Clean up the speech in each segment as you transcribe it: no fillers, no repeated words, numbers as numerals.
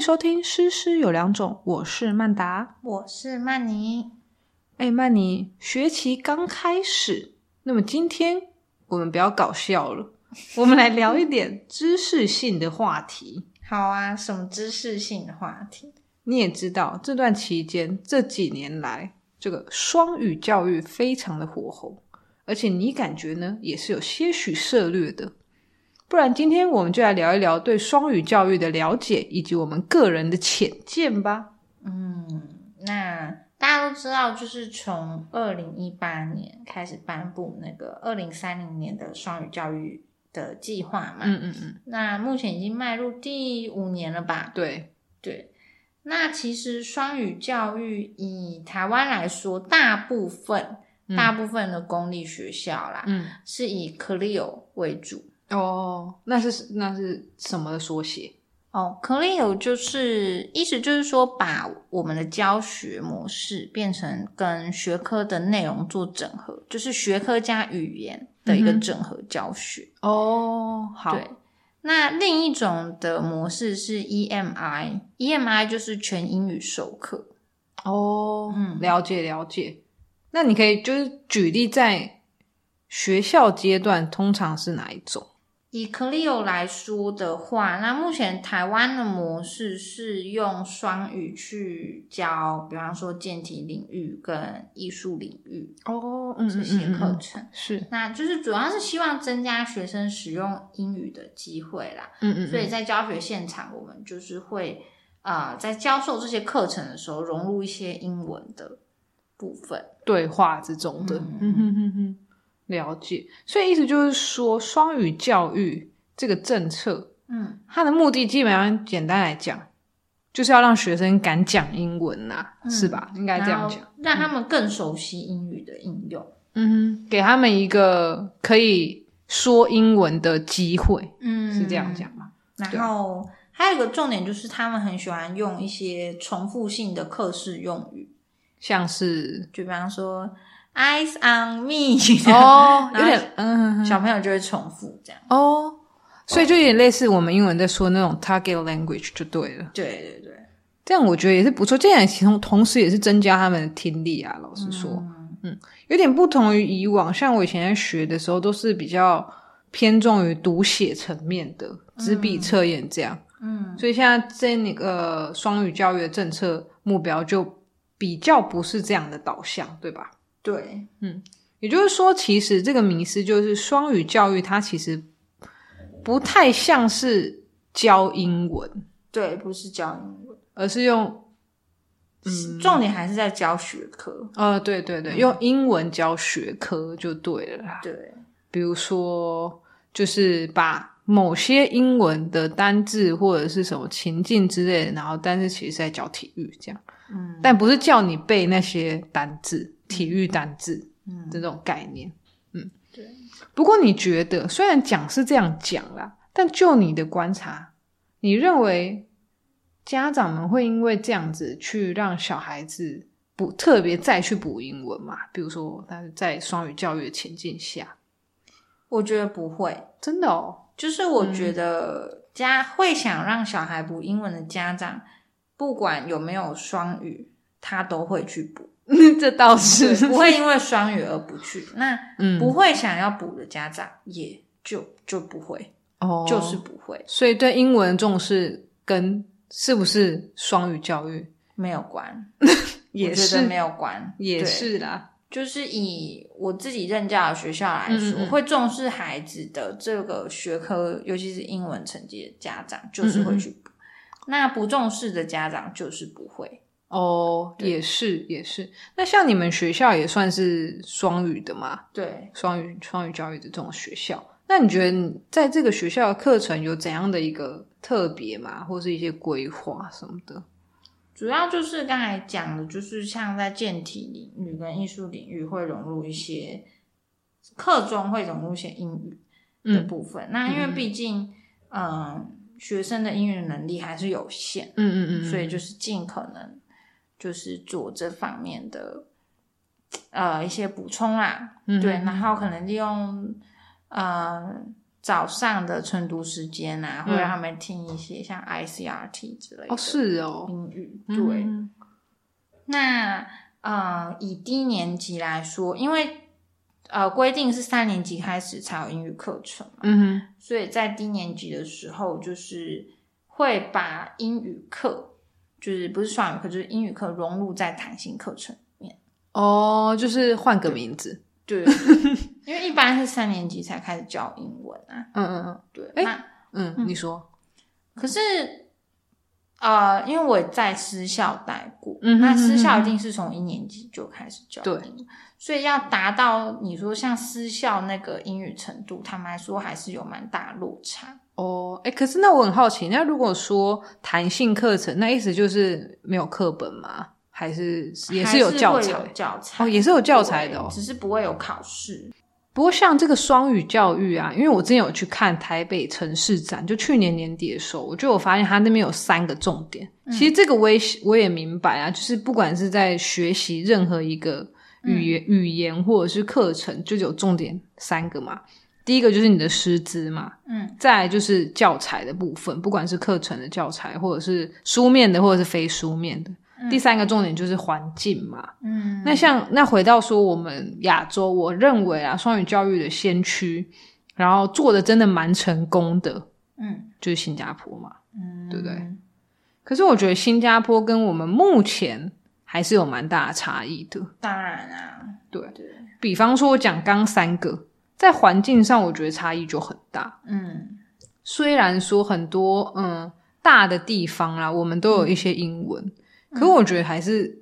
收听诗诗有两种，我是曼达， 我是曼妮。 曼妮，学期刚开始，那么今天我们不要搞笑了，我们来聊一点知识性的话题。 好啊，什么知识性的话题？ 你也知道，这段期间这几年来，这个双语教育非常的火红，而且你感觉呢也是有些许涉略的。不然今天我们就来聊一聊对双语教育的了解，以及我们个人的浅见吧。 那大家都知道，就是从2018年开始颁布那个2030年的双语教育的计划嘛。那目前已经迈入第5年了吧？ 对。 那其实双语教育以台湾来说，大部分的公立学校啦，是以 CLIL 为主。 那是什么的缩写 ？CLIL 意思就是说，把我们的教学模式变成跟学科的内容做整合，就是学科加语言的一个整合教学。 好。 对。那另一种的模式是 EMI 就是全英语授课。 了解。那你可以就是举例，在学校阶段通常是哪一种？ 以 CLIL 来说的话，那目前台湾的模式是用双语去教，比方说健体领域跟艺术领域这些课程。 是， 那就是主要是希望增加学生使用英语的机会啦。所以在教学现场，我们就是会在教授这些课程的时候，融入一些英文的部分， 对话这种的。了解。所以意思就是说，双语教育这个政策，它的目的基本上简单来讲，就是要让学生敢讲英文是吧？应该这样讲， 让他们更熟悉英语的应用。 给他们一个可以说英文的机会。是这样讲吗？ 然后还有一个重点就是，他们很喜欢用一些重复性的课式用语， 像是就比方说 eyes on me 有点小朋友就会重复这样。 所以就有点类似我们英文在说那种 target language 就对了。 对， 这样我觉得也是不错，这样同时也是增加他们的听力啊。老实说，有点不同于以往，像我以前在学的时候都是比较偏重于读写层面的纸笔测验这样。所以现在在那个双语教育的政策目标就比较不是这样的导向，对吧？ 对。 也就是说，其实这个迷思就是双语教育它其实不太像是教英文。 对，不是教英文， 而是用重点还是在教学科。 对，用英文教学科就对了啦。 对， 比如说就是把某些英文的单字或者是什么情境之类的，然后但是其实是在教体育这样。但不是叫你背那些单字，体育单字这种概念。 对。 不过你觉得虽然讲是这样讲啦，但就你的观察，你认为家长们会因为这样子去让小孩子特别再去补英文吗？比如说他在双语教育的情境下。 我觉得不会。 真的就是我觉得会想让小孩补英文的家长，不管有没有双语，他都会去补。 这倒是不会因为双语而不去。那不会想要补的家长也就不会。就是不会。 所以对英文的重视跟是不是双语教育没有关。 也是， 我觉得没有关。 也是啦。 就是以我自己任教的学校来说，会重视孩子的这个学科，尤其是英文成绩的家长就是会去补。那不重视的家长就是不会。 也是。那像你们学校也算是双语的吗？ 对， 双语教育的这种学校。那你觉得你在这个学校的课程有怎样的一个特别吗？或是一些规划什么的？ 主要就是刚才讲的，就是像在健体领域跟艺术领域会融入一些课中会融入一些英语的部分。那因为毕竟学生的英语能力还是有限。所以就是尽可能就是做这方面的一些补充啦。对，然后可能利用早上的晨读时间啊，会让他们听一些像 ICRT 之类的是哦英语。对，那以低年级来说，因为规定是3年级开始才有英语课程嘛，所以在低年级的时候，就是会把英语课，就是不是双语课，就是英语课融入在弹性课程里面。 就是换个名字。 对，因为一般是3年级才开始教英文啊。对， 你说。 可是因为我在私校待过，那私校一定是从1年级就开始教英文，所以要达到你说像私校那个英语程度，坦白说还是有蛮大落差。 可是那我很好奇，那如果说弹性课程，那意思就是没有课本吗？还是也是有教材？ 还是会有教材也是有教材的只是不会有考试。 不过像这个双语教育啊，因为我之前有去看台北城市展，就去年年底的时候，我就有发现它那边有3个重点。其实这个我也明白啊，就是不管是在学习任何一个语言或者是课程，就有重点3个嘛。第一个就是你的师资嘛，再来就是教材的部分，不管是课程的教材，或者是书面的，或者是非书面的。第3个重点就是环境嘛。那回到说我们亚洲，我认为啊，双语教育的先驱，然后做的真的蛮成功的，就是新加坡嘛，对不对？可是我觉得新加坡跟我们目前还是有蛮大的差异的。 当然啊， 对，比方说我讲刚3个，在环境上我觉得差异就很大。虽然说很多大的地方啦，我们都有一些英文。可我觉得还是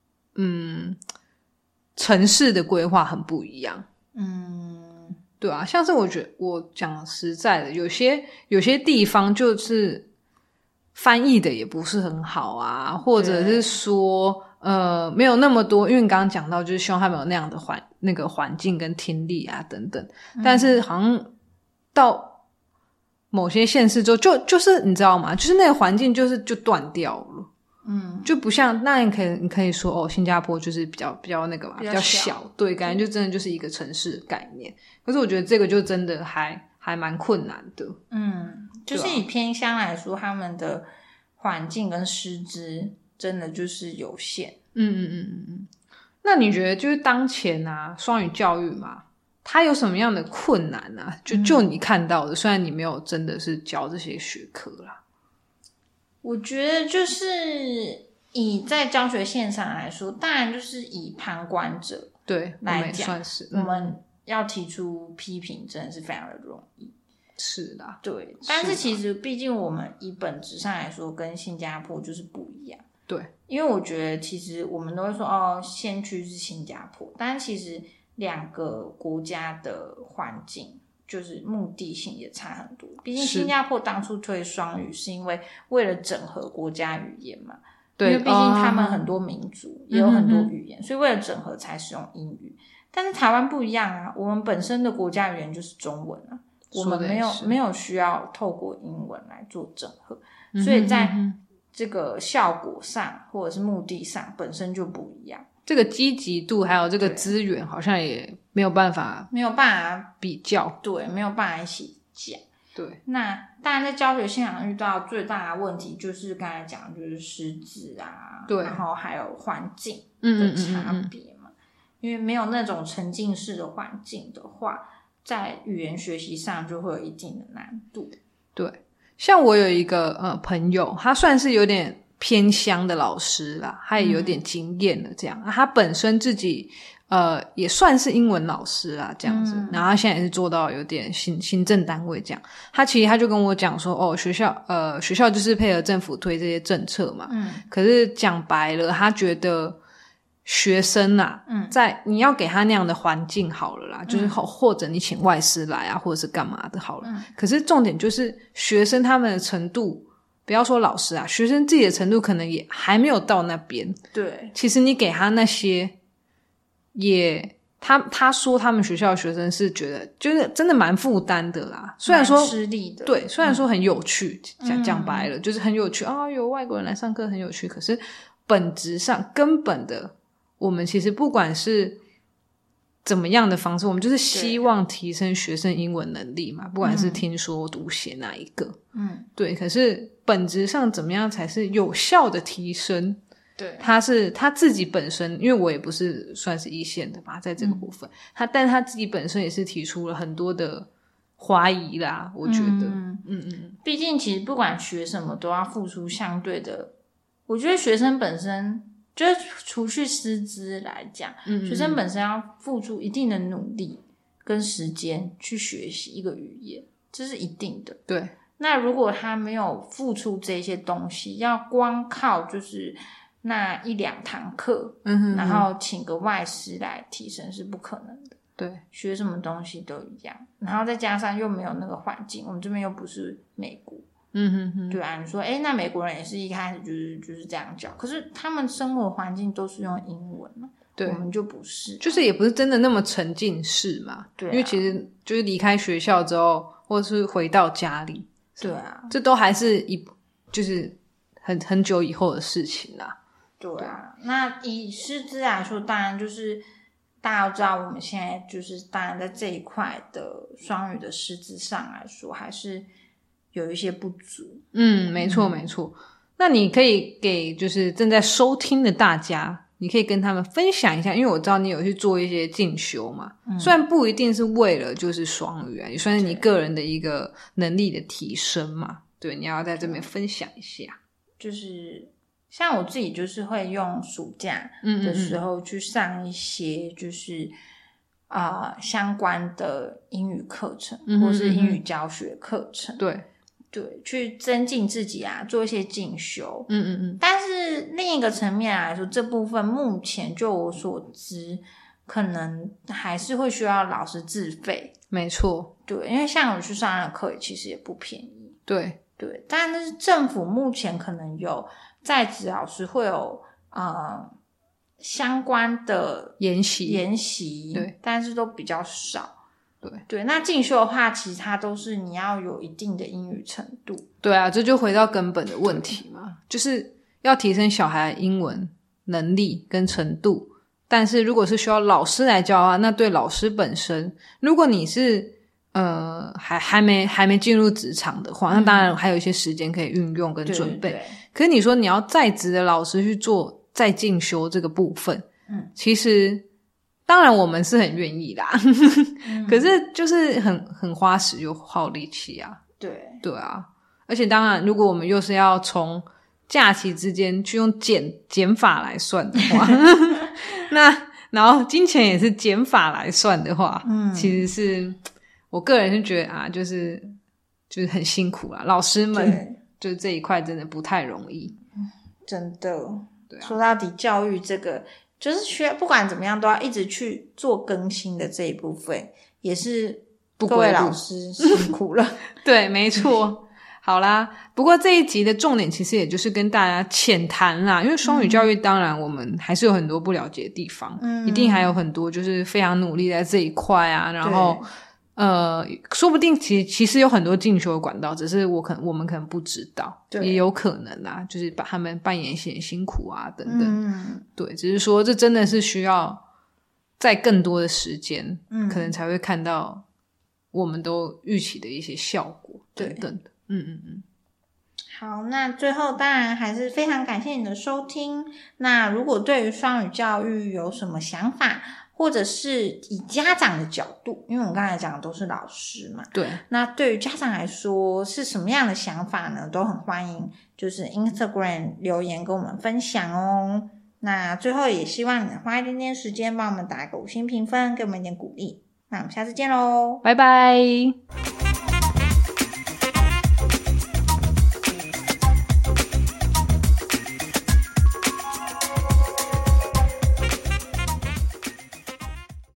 城市的规划很不一样。对啊，像是我觉得我讲实在的，有些地方就是翻译的也不是很好啊，或者是说没有那么多，因为你刚刚讲到就是希望他们有那样的那个环境跟听力啊等等，但是好像到某些县市之后就是你知道吗，就是那个环境就断掉了。就不像那你可以说新加坡就是比较那个嘛，比较小，对，感觉就真的就是一个城市的概念。可是我觉得这个就真的还蛮困难的。 就是以偏乡来说，他们的环境跟师资真的就是有限。 那你觉得就是当前啊，双语教育嘛，它有什么样的困难啊？就你看到的，虽然你没有真的是教这些学科啦。 我觉得就是以在教学现场来说，当然就是以旁观者来讲，我们要提出批评真的是非常的容易。 是啦， 对，但是其实毕竟我们以本质上来说跟新加坡就是不一样。 对， 因为我觉得其实我们都会说先驱是新加坡，但是其实2个国家的环境就是目的性也差很多。毕竟新加坡当初推双语是因为为了整合国家语言嘛，对，因为毕竟他们很多民族也有很多语言，所以为了整合才使用英语。但是台湾不一样啊，我们本身的国家语言就是中文啊，我们没有需要透过英文来做整合，所以在这个效果上或者是目的上本身就不一样。 这个积极度还有这个资源好像也没有办法比较， 对，没有办法一起讲。 对， 那当然在教学现场遇到最大的问题就是刚才讲的就是师资啊，对，然后还有环境的差别嘛。因为没有那种沉浸式的环境的话，在语言学习上就会有一定的难度。 对，像我有一个朋友，他算是有点偏乡的老师啦，他也有点经验了这样。他本身自己也算是英文老师啦这样子，然后他现在也是做到有点行政单位这样。他就跟我讲说学校就是配合政府推这些政策嘛，可是讲白了他觉得学生啊，在你要给他那样的环境好了啦，就是或者你请外师来啊，或者是干嘛的好了。可是重点就是学生他们的程度，不要说老师啊，学生自己的程度可能也还没有到那边。对，其实你给他那些，他说他们学校的学生是觉得就是真的蛮负担的啦。虽然说吃力的， 对，虽然说很有趣，讲白了就是很有趣啊，有外国人来上课很有趣。可是本质上根本的。我们其实不管是怎么样的方式，我们就是希望提升学生英文能力嘛，不管是听说读写哪一个，对，可是本质上怎么样才是有效的提升，对，他自己本身，因为我也不是算是一线的吧，在这个部分，但他自己本身也是提出了很多的怀疑啦，我觉得毕竟其实不管学什么都要付出相对的，我觉得学生本身就是除去师资来讲，学生本身要付出一定的努力跟时间去学习一个语言，这是一定的。对，那如果他没有付出这些东西，要光靠就是那1-2堂课，然后请个外师来提升是不可能的。对，学什么东西都一样，然后再加上又没有那个环境，我们这边又不是美国。对啊，你说那美国人也是一开始就是这样教，可是他们生活环境都是用英文嘛，对，我们就不是， 就是也不是真的那么沉浸式嘛。对，因为其实就是离开学校之后，或者是回到家里，对啊，这都还是就是很久以后的事情啦。 对啊，那以师资来说，当然就是大家都知道，我们现在就是当然在这一块的双语的师资上来说，还是有一些不足。 没错没错。那你可以给就是正在收听的大家，你可以跟他们分享一下，因为我知道你有去做一些进修嘛，虽然不一定是为了就是双语啊，也算是你个人的一个能力的提升嘛。对，你要在这边分享一下。 就是像我自己就是会用暑假的时候去上一些就是相关的英语课程，或是英语教学课程。对，去增进自己啊，做一些进修。但是另一个层面来说，这部分目前就我所知，可能还是会需要老师自费。 没错， 对，因为像我去上的课其实也不便宜。 对， 但是政府目前可能有在职老师会有相关的研习，对，但是都比较少。对，那进修的话，其实它都是你要有一定的英语程度。 对啊，这就回到根本的问题嘛，就是要提升小孩的英文能力跟程度。但是如果是需要老师来教啊，那对老师本身，如果你是还没进入职场的话，那当然还有一些时间可以运用跟准备。可是你说你要在职的老师去做再进修这个部分，其实当然我们是很愿意啦，可是就是很花时又耗力气啊。对啊，而且当然如果我们又是要从假期之间去用减法来算的话那然后金钱也是减法来算的话，其实是我个人是觉得就是很辛苦啦，老师们就这一块真的不太容易。 真的，对啊，说到底教育这个就是不管怎么样都要一直去做更新的这一部分，也是各位老师辛苦了。 对，没错。好啦，不过这一集的重点其实也就是跟大家浅谈啦，因为双语教育当然我们还是有很多不了解的地方，一定还有很多就是非常努力在这一块啊，然后说不定其实有很多进修的管道，只是我们可能不知道，也有可能啦，就是把他们扮演一些辛苦啊等等。对，只是说这真的是需要在更多的时间，可能才会看到我们都预期的一些效果等等的。 好，那最后当然还是非常感谢你的收听。那如果对于双语教育有什么想法，或者是以家长的角度，因为我们刚才讲的都是老师嘛，对，那对于家长来说是什么样的想法呢？都很欢迎就是 Instagram 留言跟我们分享哦。那最后也希望你能花一点点时间帮我们打一个5星评分，给我们一点鼓励。那我们下次见咯， 拜拜。